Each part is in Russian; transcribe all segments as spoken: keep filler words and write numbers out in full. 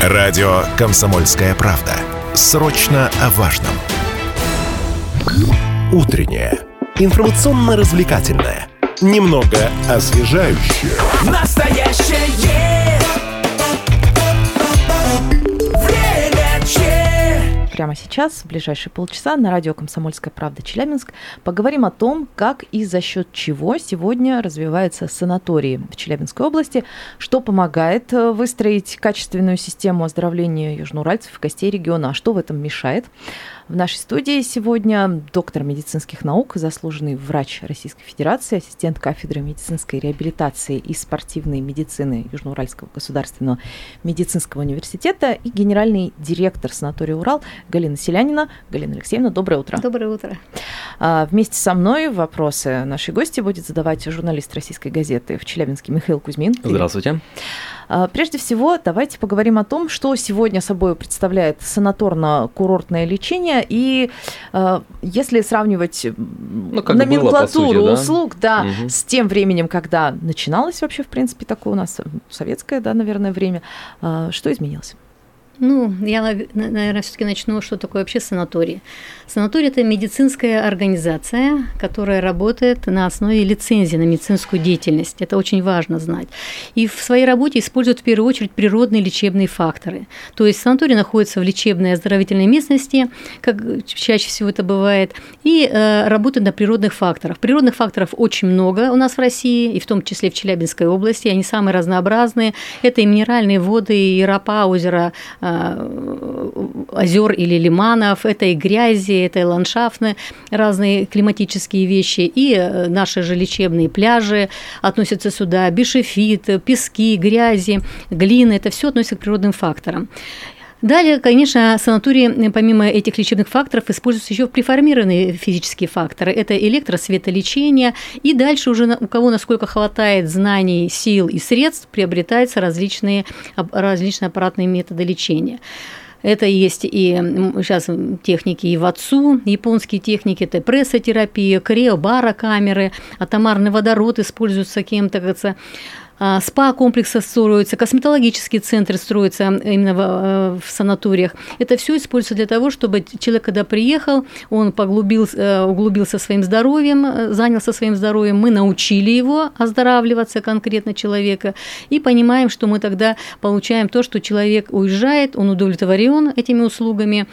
Радио «Комсомольская правда». Срочно о важном. Утреннее. Информационно-развлекательное. Немного освежающее. Настоящее время че. Прямо сейчас, в ближайшие полчаса, на радио «Комсомольская правда» Челябинск поговорим о том, как и за счет чего сегодня развиваются санатории в Челябинской области, что помогает выстроить качественную систему оздоровления южноуральцев и гостей региона, а что в этом мешает. В нашей студии сегодня доктор медицинских наук, заслуженный врач Российской Федерации, ассистент кафедры медицинской реабилитации и спортивной медицины Южноуральского государственного медицинского университета и генеральный директор санатория «Урал» Галина Селянина. Галина Алексеевна, доброе утро. Доброе утро. Вместе со мной вопросы нашей гости будет задавать журналист «Российской газеты» в Челябинске Михаил Кузьмин. Здравствуйте. Прежде всего, давайте поговорим о том, что сегодня собой представляет санаторно-курортное лечение. И э, если сравнивать ну, номенклатуру было, сути, услуг да? Да, угу. с тем временем, когда начиналось вообще, в принципе, такое у нас советское, да, наверное, время, э, что изменилось? Ну, я, наверное, все-таки начну, что такое вообще санаторий. Санаторий – это медицинская организация, которая работает на основе лицензии на медицинскую деятельность. Это очень важно знать. И в своей работе используют в первую очередь природные лечебные факторы. То есть санаторий находится в лечебной оздоровительной местности, как чаще всего это бывает, и э, работает на природных факторах. Природных факторов очень много у нас в России, и в том числе в Челябинской области. Они самые разнообразные. Это и минеральные воды, и ропа, озера, озер или лиманов, это и грязи, это и ландшафтные разные климатические вещи, и наши же лечебные пляжи относятся сюда, бишефит, пески, грязи, глины, это все относится к природным факторам. Далее, конечно, санатории, помимо этих лечебных факторов, используются еще преформированные физические факторы. Это электросветолечение, и дальше уже у кого насколько хватает знаний, сил и средств, приобретаются различные, различные аппаратные методы лечения. Это есть и сейчас техники и ватсу, японские техники, это прессотерапия, крио-барокамеры, атомарный водород используется кем-то, как говорится, спа-комплексы строятся, косметологические центры строятся именно в, в санаториях. Это все используется для того, чтобы человек, когда приехал, он поглубился, углубился своим здоровьем, занялся своим здоровьем, мы научили его оздоравливаться, конкретно человека, и понимаем, что мы тогда получаем то, что человек уезжает, он удовлетворен этими услугами,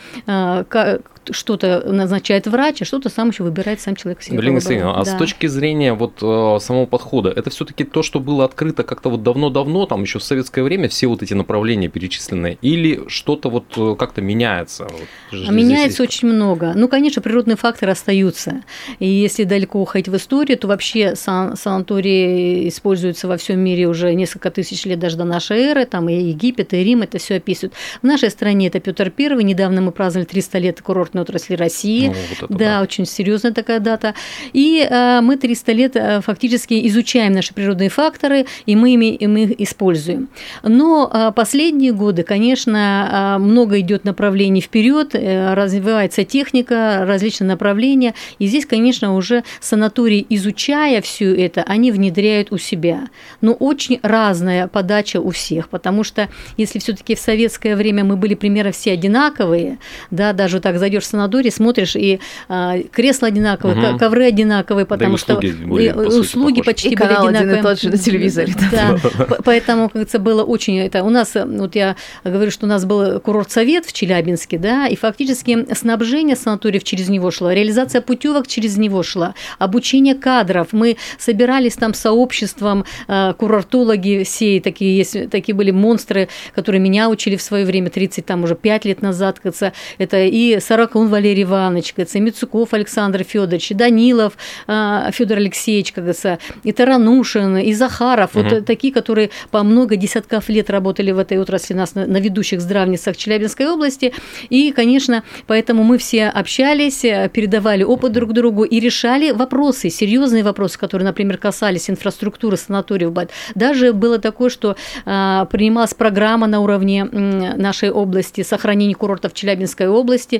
что-то назначает врач, а что-то сам еще выбирает сам человек себе. Галина Алексеевна, а да. с точки зрения вот самого подхода, это все-таки то, что было открыто как-то вот давно-давно, там еще в советское время, все вот эти направления перечисленные, или что-то вот как-то меняется? Вот, меняется есть... очень много. Ну, конечно, природные факторы остаются. И если далеко уходить в историю, то вообще сан- санатории используются во всем мире уже несколько тысяч лет даже до нашей эры, там и Египет, и Рим это все описывают. В нашей стране это Петр Первый, недавно мы праздновали триста лет курортной отрасли России. Ну, вот да, да, очень серьезная такая дата. И а, мы триста лет а, фактически изучаем наши природные факторы, и мы, ими, и мы их используем. Но а, последние годы, конечно, а, много идет направлений вперед, а, развивается техника, различные направления, и здесь, конечно, уже санатории, изучая все это, они внедряют у себя. Но очень разная подача у всех, потому что если все-таки в советское время мы были примерно все одинаковые, да, даже так зайдешь в санаторий, смотришь, и а, кресла одинаковые, угу. ковры одинаковые, потому да что услуги, были, по услуги почти и были одинаковые. Один и тот же на телевизоре. Да, поэтому, как говорится, было очень это. У нас, вот я говорю, что у нас был курорт-совет в Челябинске, да, и фактически снабжение санаториев через него шло, реализация путевок через него шла, обучение кадров. Мы собирались там сообществом, курортологи все такие есть, такие были монстры, которые меня учили в свое время, тридцать, там уже пять лет назад, кажется, это и Сорокун Валерий Иванович, кажется, Мицуков Александр Федорович, Данилов Федор Алексеевич, кажется, и Таранушин, и Захаров, угу. вот такие, которые по много десятков лет работали в этой отрасли нас на, на ведущих здравницах Челябинской области, и, конечно, поэтому мы все общались, передавали опыт друг другу и решали вопросы, серьезные вопросы, которые, например, касались инфраструктуры санаториев. Даже было такое, что а, принималась программа на уровне м, нашей области сохранения курортов Челябинской области. Вот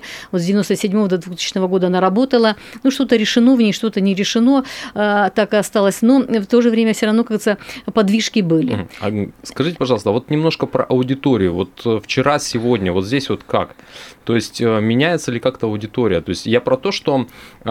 с девяносто седьмого до двухтысячного года она работала. Ну, что-то решено в ней, что-то не решено, так и осталось. Но в то же время все равно, кажется, подвижки были. А скажите, пожалуйста, вот немножко про аудиторию. Вот вчера, сегодня, вот здесь вот как? То есть меняется ли как-то аудитория? То есть я про то, что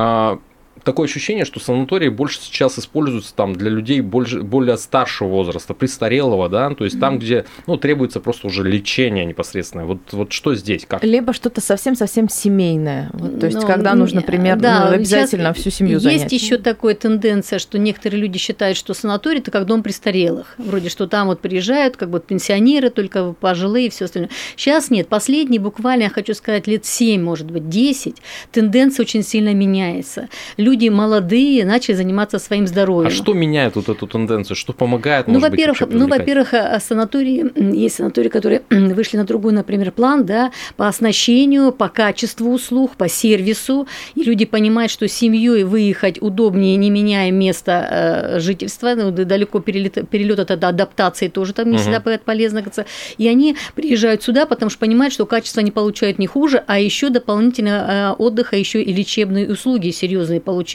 такое ощущение, что санатории больше сейчас используются там для людей больше, более старшего возраста, престарелого, да, то есть там, где, ну, требуется просто уже лечение непосредственное. Вот, вот что здесь, как? Либо что-то совсем-совсем семейное, вот, то есть ну, когда нужно примерно, да, ну, обязательно всю семью есть занять. Есть еще такая тенденция, что некоторые люди считают, что санаторий – это как дом престарелых, вроде что там вот приезжают как бы пенсионеры, только пожилые и все остальное. Сейчас нет, последние буквально, я хочу сказать, лет семь, может быть, десять, тенденция очень сильно меняется. Люди молодые начали заниматься своим здоровьем. А что меняет вот эту тенденцию? Что помогает, ну, может во-первых, быть, ну, во-первых, санатории, есть санатории, которые вышли на другой, например, план, да, по оснащению, по качеству услуг, по сервису, и люди понимают, что семьей выехать удобнее, не меняя место жительства, ну, далеко перелет, перелет это адаптации тоже там не всегда uh-huh. полезно, и они приезжают сюда, потому что понимают, что качество они получают не хуже, а еще дополнительно отдыха, еще и лечебные услуги серьезные получают,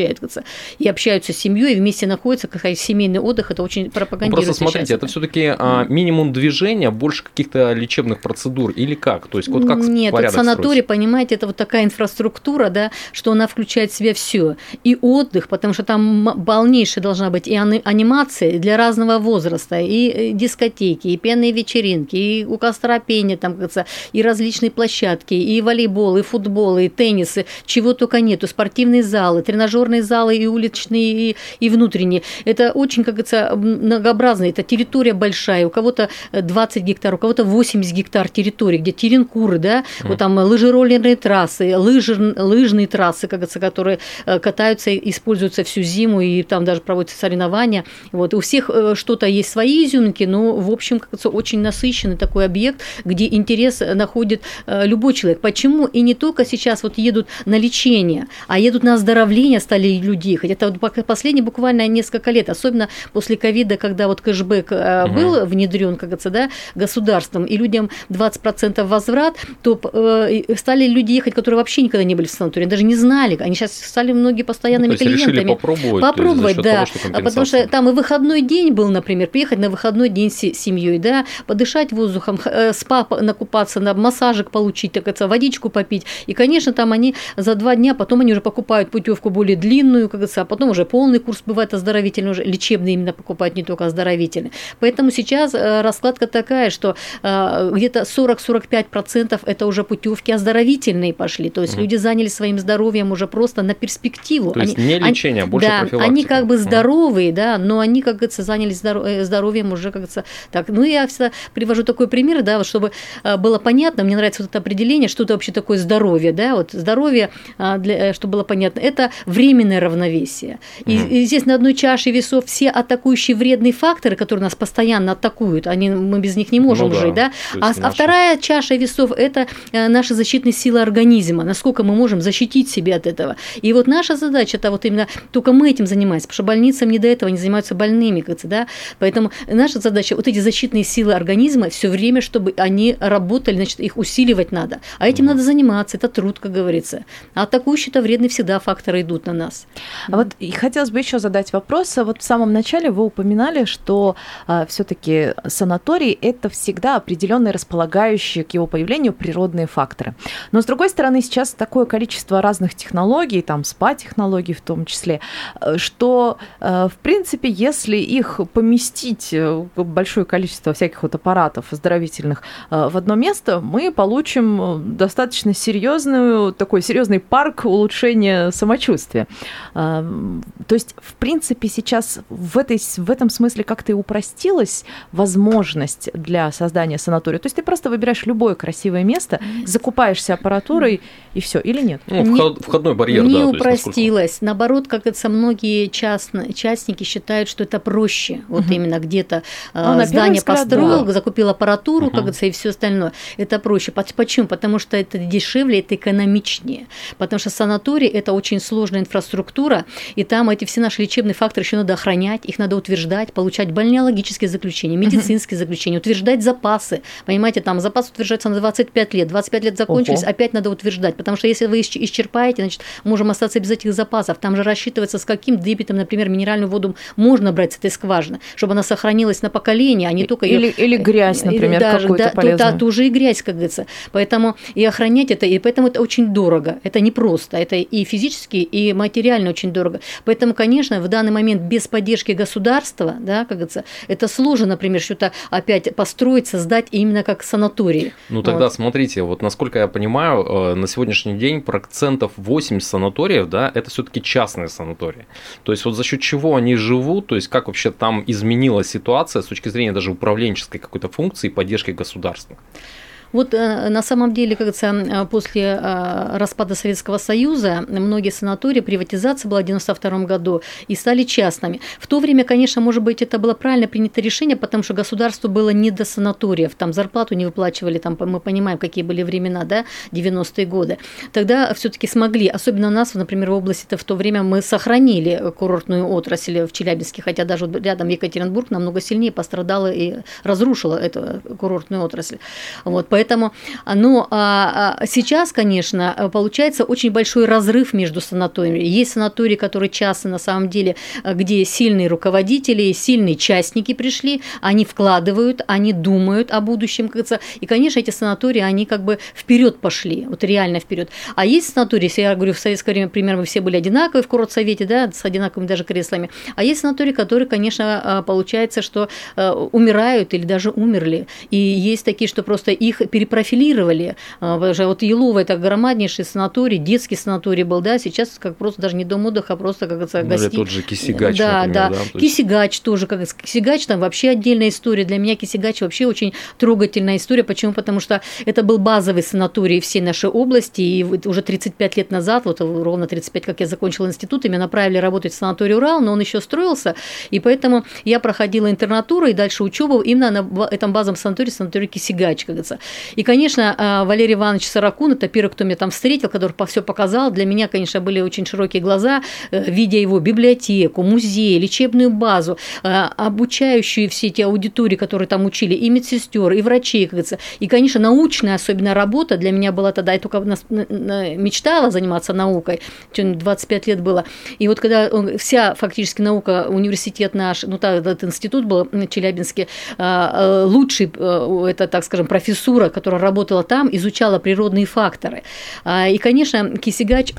и общаются с семьей, и вместе находятся, как семейный отдых, это очень пропагандируется. Ну, просто смотрите, это все-таки mm. минимум движения, больше каких-то лечебных процедур или как? То есть вот как Нет, порядок вот санаторий, строится? Понимаете, это вот такая инфраструктура, да, что она включает в себя все, и отдых, потому что там полнейшая должна быть и анимация для разного возраста, и дискотеки, и пенные вечеринки, и у костра пение, там, и различные площадки, и волейбол, и футбол, и теннис, чего только нету, спортивные залы, тренажерные залы и уличные, и, и внутренние. Это очень, как говорится, многообразно. Это территория большая. У кого-то двадцать гектар, у кого-то восемьдесят гектар территории, где теренкуры, да, mm. вот там лыжероллерные трассы, лыжи, лыжные трассы, как говорится, которые катаются, используются всю зиму, и там даже проводятся соревнования. Вот. У всех что-то есть свои изюминки, но, в общем, как говорится, очень насыщенный такой объект, где интерес находит любой человек. Почему? И не только сейчас вот едут на лечение, а едут на оздоровление, стали люди ехать. Это вот последние буквально несколько лет, особенно после ковида, когда вот кэшбэк угу. был внедрен, как говорится, да, государством, и людям двадцать процентов возврат, то э, стали люди ехать, которые вообще никогда не были в санатории, даже не знали. Они сейчас стали многие постоянными ну, то есть клиентами. Решили попробовать. Попробовать, да. Того, что потому что там и выходной день был, например, приехать на выходной день с семьей, да, подышать воздухом, спа накупаться, на массажик получить, так говорится, водичку попить. И, конечно, там они за два дня, потом они уже покупают путевку более длинную, как говорится, а потом уже полный курс бывает оздоровительный, уже лечебный именно покупают, не только оздоровительный. Поэтому сейчас раскладка такая, что где-то сорок-сорок пять процентов это уже путевки оздоровительные пошли, то есть mm. люди занялись своим здоровьем уже просто на перспективу. То есть они, не лечение, они, а больше да, профилактика. Они как бы здоровые, mm. да, но они, как говорится, занялись здоровьем уже, как говорится, так. Ну, я всегда привожу такой пример, да, вот, чтобы было понятно, мне нравится вот это определение, что это вообще такое здоровье, да, вот здоровье, для, чтобы было понятно, это временное равновесие. И, mm. и здесь на одной чаше весов все атакующие вредные факторы, которые нас постоянно атакуют, они, мы без них не можем ну, жить, да. да? А, а вторая чаша весов – это наши защитные силы организма, насколько мы можем защитить себя от этого. И вот наша задача – это вот именно только мы этим занимаемся, потому что больницам не до этого, они занимаются больными, кажется, да? Поэтому наша задача – вот эти защитные силы организма все время, чтобы они работали, значит, их усиливать надо. А этим mm. надо заниматься, это труд, как говорится. А атакующие-то вредные всегда факторы идут на нас. А вот и хотелось бы еще задать вопрос. Вот в самом начале вы упоминали, что а, все-таки санаторий – это всегда определенные располагающие к его появлению природные факторы. Но, с другой стороны, сейчас такое количество разных технологий, там спа-технологий в том числе, что, в принципе, если их поместить, большое количество всяких вот аппаратов оздоровительных в одно место, мы получим достаточно серьезную, такой серьезный парк улучшения самочувствия. То есть, в принципе, сейчас в, этой, в этом смысле как-то и упростилась возможность для создания санатория. То есть ты просто выбираешь любое красивое место, закупаешься аппаратурой и все, или нет? Ну, не, входной барьер, не да. Не упростилось. Насколько... Наоборот, как это многие частные, частники считают, что это проще. Вот угу. именно где-то ну, здание взгляд, построил, да. закупил аппаратуру, угу. как говорится, и все остальное. Это проще. Почему? Потому что это дешевле, это экономичнее. Потому что санаторий – это очень сложная сложная инфраструктура, и там эти все наши лечебные факторы еще надо охранять, их надо утверждать, получать бальнеологические заключения, медицинские uh-huh. заключения, утверждать запасы. Понимаете, там запас утверждается на двадцать пять лет, двадцать пять лет закончились, uh-huh. опять надо утверждать, потому что если вы исчерпаете, значит, можем остаться без этих запасов. Там же рассчитывается, с каким дебитом, например, минеральную воду можно брать с этой скважины, чтобы она сохранилась на поколение, а не только или, её... или грязь, например, да, какую-то да, полезную. Да, тоже и грязь, как говорится. Поэтому и охранять это, и поэтому это очень дорого. Это не просто, это и физически, и материально очень дорого. Поэтому, конечно, в данный момент без поддержки государства, да, как говорится, это сложно, например, что-то опять построить, создать именно как санатории. Ну тогда вот. Смотрите, вот насколько я понимаю, на сегодняшний день процентов восемьдесят санаториев, да, это все-таки частные санатории. То есть вот за счет чего они живут, то есть как вообще там изменилась ситуация с точки зрения даже управленческой какой-то функции и поддержки государства? Вот на самом деле, как говорится, после распада Советского Союза многие санатории, приватизация была в девяносто втором году, и стали частными. В то время, конечно, может быть, это было правильно принято решение, потому что государству было не до санаториев, там зарплату не выплачивали, там мы понимаем, какие были времена, да, девяностые годы. Тогда все-таки смогли, особенно у нас, например, в области-то в то время мы сохранили курортную отрасль в Челябинске, хотя даже вот рядом Екатеринбург намного сильнее пострадала и разрушила эту курортную отрасль. Вот. Поэтому ну, а сейчас, конечно, получается очень большой разрыв между санаториями. Есть санатории, которые частные на самом деле, где сильные руководители, сильные частники пришли, они вкладывают, они думают о будущем, как говорится. И, конечно, эти санатории, они как бы вперед пошли, вот реально вперед. А есть санатории, если я говорю, в советское время примерно мы все были одинаковые в курортсовете, да, с одинаковыми даже креслами. А есть санатории, которые, конечно, получается, что умирают или даже умерли. И есть такие, что просто их перепрофилировали. Вот Елова – это громаднейший санаторий, детский санаторий был, да, сейчас как просто даже не дом отдыха, а просто, как говорится, ну, гостиница. Или тот же Кисигач, да, например, да, да? То есть... Кисигач тоже, как Кисигач, там вообще отдельная история. Для меня Кисигач вообще очень трогательная история. Почему? Потому что это был базовый санаторий всей нашей области, и уже тридцать пять лет назад, вот ровно тридцать пять, как я закончила институт, и меня направили работать в санаторий «Урал», но он еще строился, и поэтому я проходила интернатуру и дальше учебу именно на этом базовом санатории, санаторий Кисигач, как говорится. И, конечно, Валерий Иванович Сорокун, это первый, кто меня там встретил, который все показал. Для меня, конечно, были очень широкие глаза, видя его библиотеку, музей, лечебную базу, обучающие все эти аудитории, которые там учили, и медсестер, и врачей, как говорится. И, конечно, научная особенно работа для меня была тогда, я только мечтала заниматься наукой, двадцать пять лет было. И вот когда вся фактически наука, университет наш, ну, этот институт был в Челябинске, лучший, это, так скажем, профессура, которая работала там, изучала природные факторы. И, конечно, Кисигач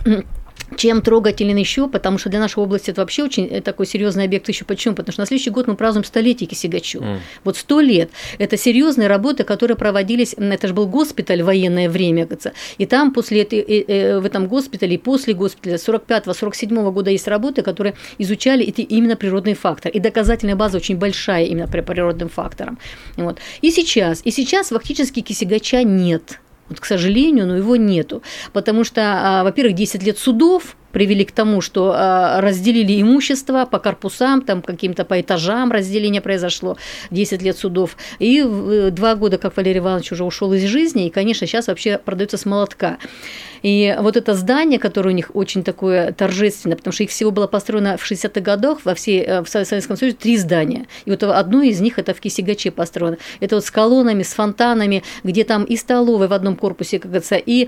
чем трогателен еще, потому что для нашей области это вообще очень такой серьезный объект еще. Почему? Потому что на следующий год мы празднуем столетие Кисигачу. Mm. Вот сто лет. Это серьезные работы, которые проводились, это же был госпиталь в военное время, и там после этой, в этом госпитале и после госпиталя сорок пятого сорок седьмого года есть работы, которые изучали эти именно природные факторы. И доказательная база очень большая именно по природным факторам. Вот. И сейчас, и сейчас фактически Кисигача нет. Вот, к сожалению, но его нету, потому что, во-первых, десять лет судов привели к тому, что разделили имущество по корпусам, там каким-то по этажам разделение произошло, десять лет судов, и два года, как Валерий Иванович уже ушел из жизни, и, конечно, сейчас вообще продается с молотка. И вот это здание, которое у них очень такое торжественное, потому что их всего было построено в шестидесятых годах во всей, в Советском Союзе три здания. И вот одно из них это в Кисигаче построено. Это вот с колоннами, с фонтанами, где там и столовая в одном корпусе, как говорится, и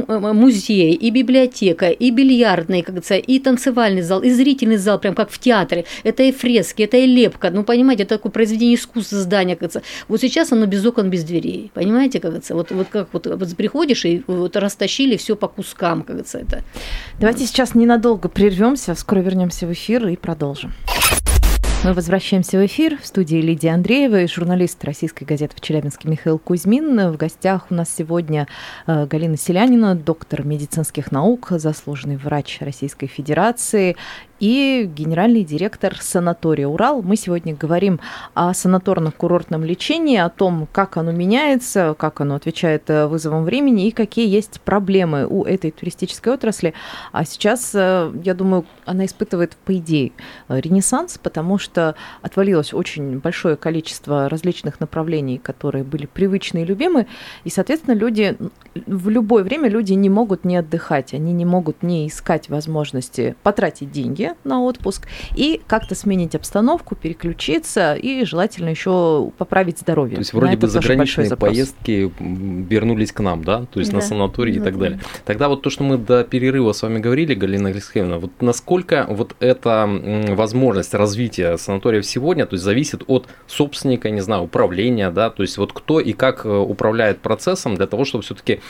музей, и библиотека, и бильярдный, как говорится, и танцевальный зал, и зрительный зал, прям как в театре. Это и фрески, это и лепка. Ну, понимаете, это такое произведение искусства здания, как говорится. Вот сейчас оно без окон, без дверей. Понимаете, как говорится? Вот, вот как вот, вот приходишь и вот растащили все по кускам, как говорится, это. Давайте сейчас ненадолго прервемся, скоро вернемся в эфир и продолжим. Мы возвращаемся в эфир. В студии Лидия Андреева и журналист российской газеты в Челябинске Михаил Кузьмин. В гостях у нас сегодня Галина Селянина, доктор медицинских наук, заслуженный врач Российской Федерации и генеральный директор санатория «Урал». Мы сегодня говорим о санаторно-курортном лечении, о том, как оно меняется, как оно отвечает вызовам времени и какие есть проблемы у этой туристической отрасли. А сейчас, я думаю, она испытывает, по идее, ренессанс, потому что отвалилось очень большое количество различных направлений, которые были привычны и любимы, и, соответственно, люди в любое время люди не могут не отдыхать, они не могут не искать возможности потратить деньги на отпуск и как-то сменить обстановку, переключиться и желательно еще поправить здоровье. То есть вроде бы заграничные поездки вернулись к нам, да, то есть да. на санатории да. и так далее. Тогда вот то, что мы до перерыва с вами говорили, Галина Алексеевна, вот насколько вот эта возможность развития санаториев сегодня, то есть зависит от собственника, не знаю, управления, да, то есть вот кто и как управляет процессом для того, чтобы все-таки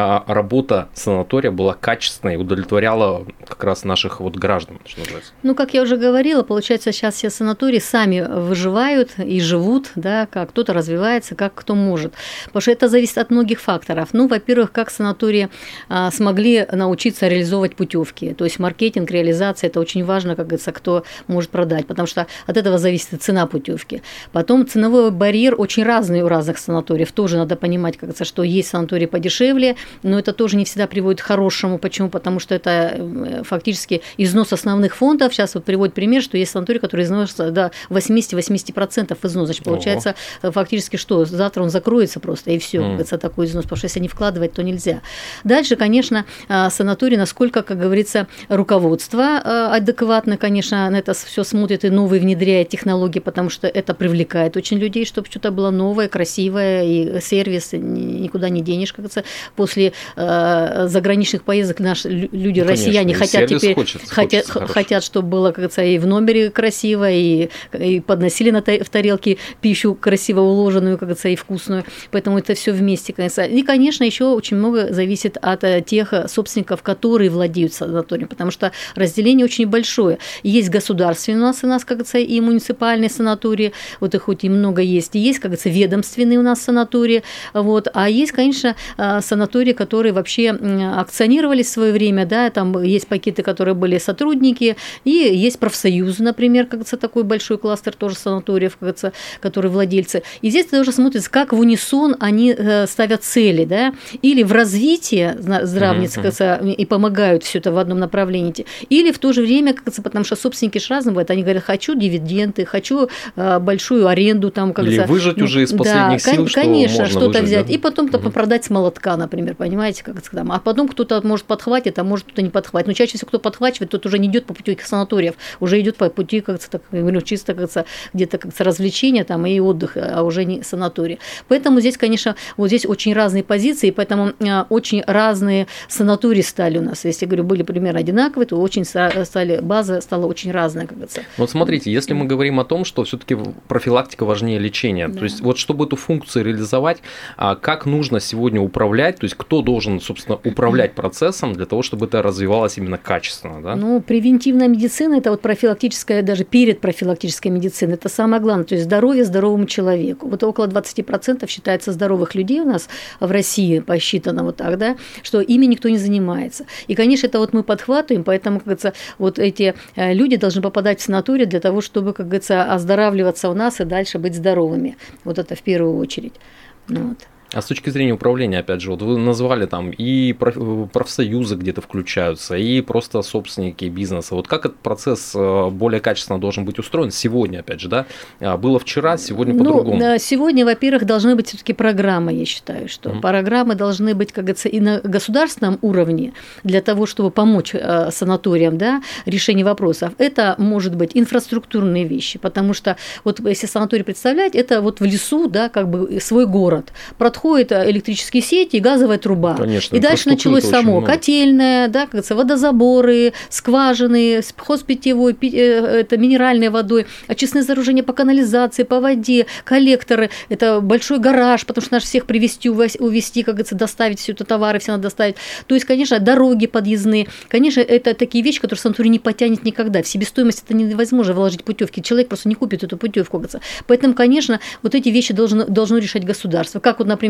работа санатория была качественной, удовлетворяла как раз наших вот граждан, что называется. Ну, как я уже говорила, получается, сейчас все санатории сами выживают и живут, да, как кто-то развивается, как кто может. Потому что это зависит от многих факторов. Ну, во-первых, как санатории а, смогли научиться реализовывать путевки. То есть маркетинг, реализация – это очень важно, как говорится, кто может продать, потому что от этого зависит и цена путевки. Потом ценовой барьер очень разный у разных санаториев. Тоже надо понимать, как говорится, что есть санатории подешевле, но это тоже не всегда приводит к хорошему. Почему? Потому что это фактически износ основных фондов. Сейчас вот приводит пример, что есть санаторий, который износится до восемьдесят-восемьдесят процентов износ. Значит, получается, Ого. фактически что? Завтра он закроется просто, и все, mm. это такой износ, потому что если не вкладывать, то нельзя. Дальше, конечно, санаторий, насколько, как говорится, руководство адекватно, конечно, на это все смотрит и новые внедряет технологии, потому что это привлекает очень людей, чтобы что-то было новое, красивое, и сервис никуда не денешь, как говорится. После э, заграничных поездок наши люди, ну, россияне, конечно, хотят теперь хочется, хотят, хочется хотят, чтобы было, как говорится, и в номере красиво, и, и подносили на в тарелке пищу красиво уложенную, как говорится, и вкусную. Поэтому это все вместе, конечно. И, конечно, еще очень много зависит от тех собственников, которые владеют санаторием, потому что разделение очень большое. Есть государственные у нас, у нас, как говорится, и муниципальные санатории, вот их хоть и много есть, и есть, как говорится, ведомственные у нас санатории, вот, а есть, конечно, санатории, которые вообще акционировались в свое время, да, там есть пакеты, которые были сотрудники, и есть профсоюзы, например, как говорится, такой большой кластер тоже санаториев, как говорится, которые владельцы. И здесь тоже смотрится, как в унисон они ставят цели, да, или в развитии здравниц, как говорится, и помогают все это в одном направлении, или в то же время, как говорится, потому что собственники же разные бывают, они говорят, хочу дивиденды, хочу большую аренду, там, как или говорится, выжать ну, уже из последних да, сил, конечно, что что-то выжить, взять, да? и потом-то угу. продать с молотка, например, понимаете, как это, а потом кто-то может подхватить, а может кто-то не подхватит. Но чаще всего кто подхватывает, тот уже не идет по пути санаториев, уже идет по пути, как так говорю, чисто как где-то как развлечения там и отдых, а уже не санаторий. Поэтому здесь, конечно, вот здесь очень разные позиции, поэтому очень разные санатории стали у нас. Если, говорю, были примерно одинаковые, то очень стали, база стала очень разная, как говорится. Вот смотрите, если мы говорим о том, что все-таки профилактика важнее лечения, да. то есть вот чтобы эту функцию реализовать, как нужно сегодня управлять, то есть кто должен, собственно, управлять процессом для того, чтобы это развивалось именно качественно, да? Ну, превентивная медицина – это вот профилактическая, даже перед профилактической медициной, это самое главное, то есть здоровье здоровому человеку. Вот около двадцать процентов считается здоровых людей у нас в России, посчитано вот так, да, что ими никто не занимается. И, конечно, это вот мы подхватываем, поэтому, как говорится, вот эти люди должны попадать в санаторий для того, чтобы, как говорится, оздоравливаться у нас и дальше быть здоровыми. Вот это в первую очередь. Вот. А с точки зрения управления, опять же, вот вы назвали там и профсоюзы где-то включаются, и просто собственники бизнеса. Вот как этот процесс более качественно должен быть устроен сегодня, опять же, да? Было вчера, сегодня по-другому. Ну, сегодня, во-первых, должны быть все-таки программы, я считаю, что mm-hmm. программы должны быть, как говорится, и на государственном уровне для того, чтобы помочь санаториям, да, решению вопросов. Это может быть инфраструктурные вещи, потому что вот если санаторий представлять, это вот в лесу, да, как бы свой город, подходит электрические сети и газовая труба. Конечно, и дальше началось само котельная, да, как говорится, водозаборы, скважины, ход питьевой, это минеральной водой, очистные сооружения по канализации, по воде, коллекторы, это большой гараж, потому что надо всех привезти, увезти, как говорится, доставить все это товары, все надо доставить. То есть, конечно, дороги подъездные, конечно, это такие вещи, которые санаторий не потянет никогда. В себестоимость это невозможно вложить путевки. Человек просто не купит эту путевку. Поэтому, конечно, вот эти вещи должно, должно решать государство. Как вот, например,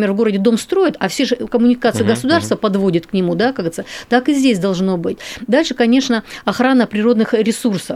например, в городе дом строят, а все же коммуникации uh-huh, государства uh-huh. подводят к нему, да, как говорится, так и здесь должно быть. Дальше, конечно, охрана природных ресурсов,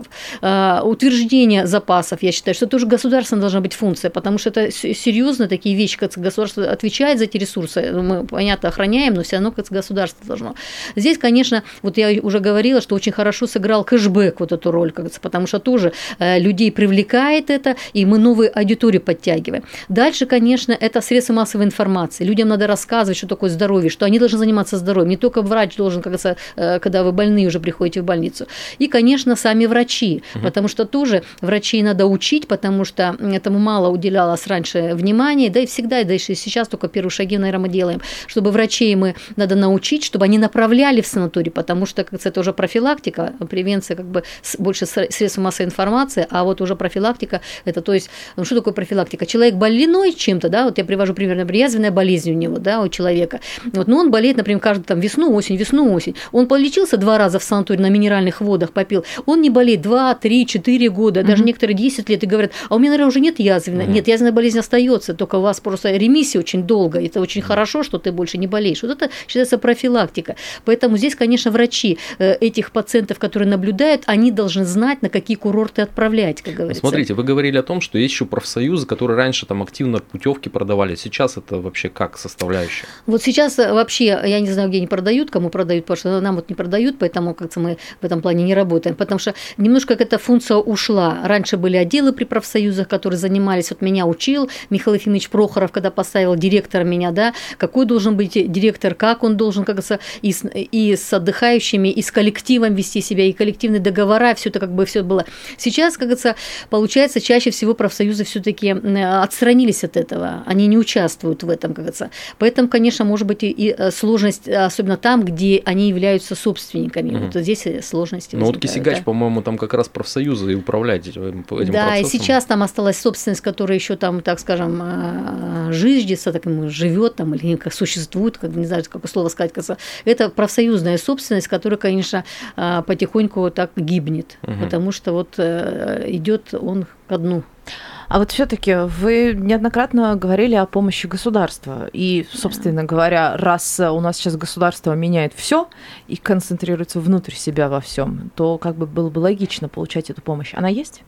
утверждение запасов, я считаю, что это тоже государственная должна быть функция, потому что это серьезно такие вещи, как государство отвечает за эти ресурсы, мы, понятно, охраняем, но все равно как государство должно. Здесь, конечно, вот я уже говорила, что очень хорошо сыграл кэшбэк вот эту роль, как говорится, потому что тоже людей привлекает это, и мы новые аудитории подтягиваем. Дальше, конечно, это средства массовой информации. Людям надо рассказывать, что такое здоровье, что они должны заниматься здоровьем. Не только врач должен, как говорится, когда вы больные уже приходите в больницу. И, конечно, сами врачи, угу. потому что тоже врачей надо учить, потому что этому мало уделялось раньше внимания, да и всегда, да и сейчас только первые шаги, наверное, мы делаем, чтобы врачей мы надо научить, чтобы они направляли в санаторий, потому что, как говорится, это уже профилактика, превенция как бы больше средств массовой информации, а вот уже профилактика, это то есть, ну что такое профилактика? Человек больной чем-то, да, вот я привожу пример, например, язвенная болезнь у него, да, у человека, вот, но он болеет, например, каждую там весну, осень, весну, осень, он полечился два раза в санатории на минеральных водах, попил, он не болеет два, три, четыре года, mm-hmm. даже некоторые десять лет и говорят, а у меня, наверное, уже нет язвенной, mm-hmm. нет, язвенная болезнь остается, только у вас просто ремиссия очень долго, это очень mm-hmm. хорошо, что ты больше не болеешь, вот это считается профилактика, поэтому здесь, конечно, врачи этих пациентов, которые наблюдают, они должны знать, на какие курорты отправлять, как говорится. Смотрите, вы говорили о том, что есть еще профсоюзы, которые раньше там активно путевки продавали, сейчас это вообще как составляющая? Вот сейчас вообще, я не знаю, где они продают, кому продают, потому что нам вот не продают, поэтому как-то мы в этом плане не работаем, потому что немножко эта функция ушла. Раньше были отделы при профсоюзах, которые занимались, вот меня учил Михаил Ефимович Прохоров, когда поставил директора меня, да, какой должен быть директор, как он должен, как говорится, и с, и с отдыхающими, и с коллективом вести себя, и коллективные договора, все это как бы все было. Сейчас, как говорится, получается, чаще всего профсоюзы все-таки отстранились от этого, они не участвуют в этом, как говорится. Поэтому, конечно, может быть и сложность, особенно там, где они являются собственниками. Mm-hmm. Вот здесь сложности. Ну вот Кисигач, да? По-моему, там как раз профсоюзы и управлять этим да, процессом. Да, и сейчас там осталась собственность, которая еще там, так скажем, жиждется, так живет там или как существует, как, не знаю, какое слово сказать. Это профсоюзная собственность, которая, конечно, потихоньку так гибнет, mm-hmm. потому что вот идет он ко дну. А вот все-таки вы неоднократно говорили о помощи государства. И, собственно говоря, раз у нас сейчас государство меняет все и концентрируется внутрь себя во всем, то как бы было бы логично получать эту помощь. Она есть?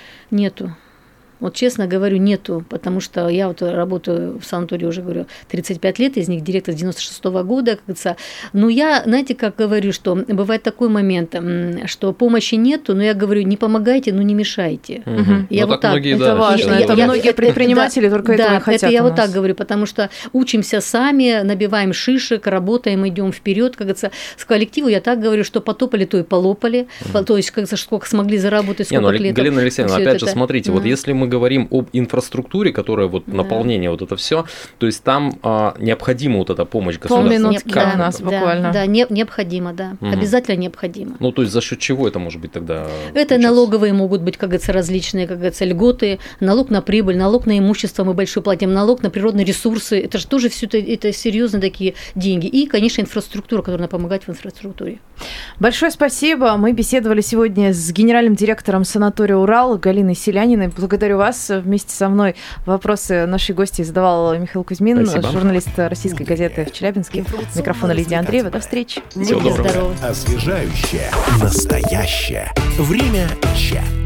Нету. Вот честно говорю, нету, потому что я вот работаю в санатории уже, говорю, тридцать пять лет, из них директор с девяносто шестого года, как говорится. Но я, знаете, как говорю, что бывает такой момент, что помощи нету, но я говорю, не помогайте, но не мешайте. Угу. Я вот так. Многие, это да, важно, я, это я, многие я, предприниматели да, только да, этого и хотят. Это я вот так говорю, потому что учимся сами, набиваем шишек, работаем, идем вперед, как говорится. С коллективу я так говорю, что потопали, то и полопали, угу. то есть как сколько смогли заработать, сколько не, ну, клиентов. Галина Алексеевна, опять же, это... смотрите, угу. вот если мы говорим об инфраструктуре, которая вот да. наполнение, вот это все, то есть там а, необходима вот эта помощь государства. Полминутки да, у нас да, буквально. Да, не, необходимо, да, угу. обязательно необходимо. Ну, то есть за счет чего это может быть тогда? Это налоговые могут быть, как говорится, различные, как говорится, льготы, налог на прибыль, налог на имущество мы большой платим, налог на природные ресурсы, это же тоже все это, это серьезные такие деньги. И, конечно, инфраструктура, которая помогает в инфраструктуре. Большое спасибо. Мы беседовали сегодня с генеральным директором санатория «Урал» Галиной Селяниной. Благодарю вас. Вместе со мной вопросы нашей гости задавал Михаил Кузьмин, спасибо. Журналист «Российской газеты» в Челябинске. Микрофон Лидия Андреева. До встречи. Всего доброго. Освежающее, настоящее. Время чат.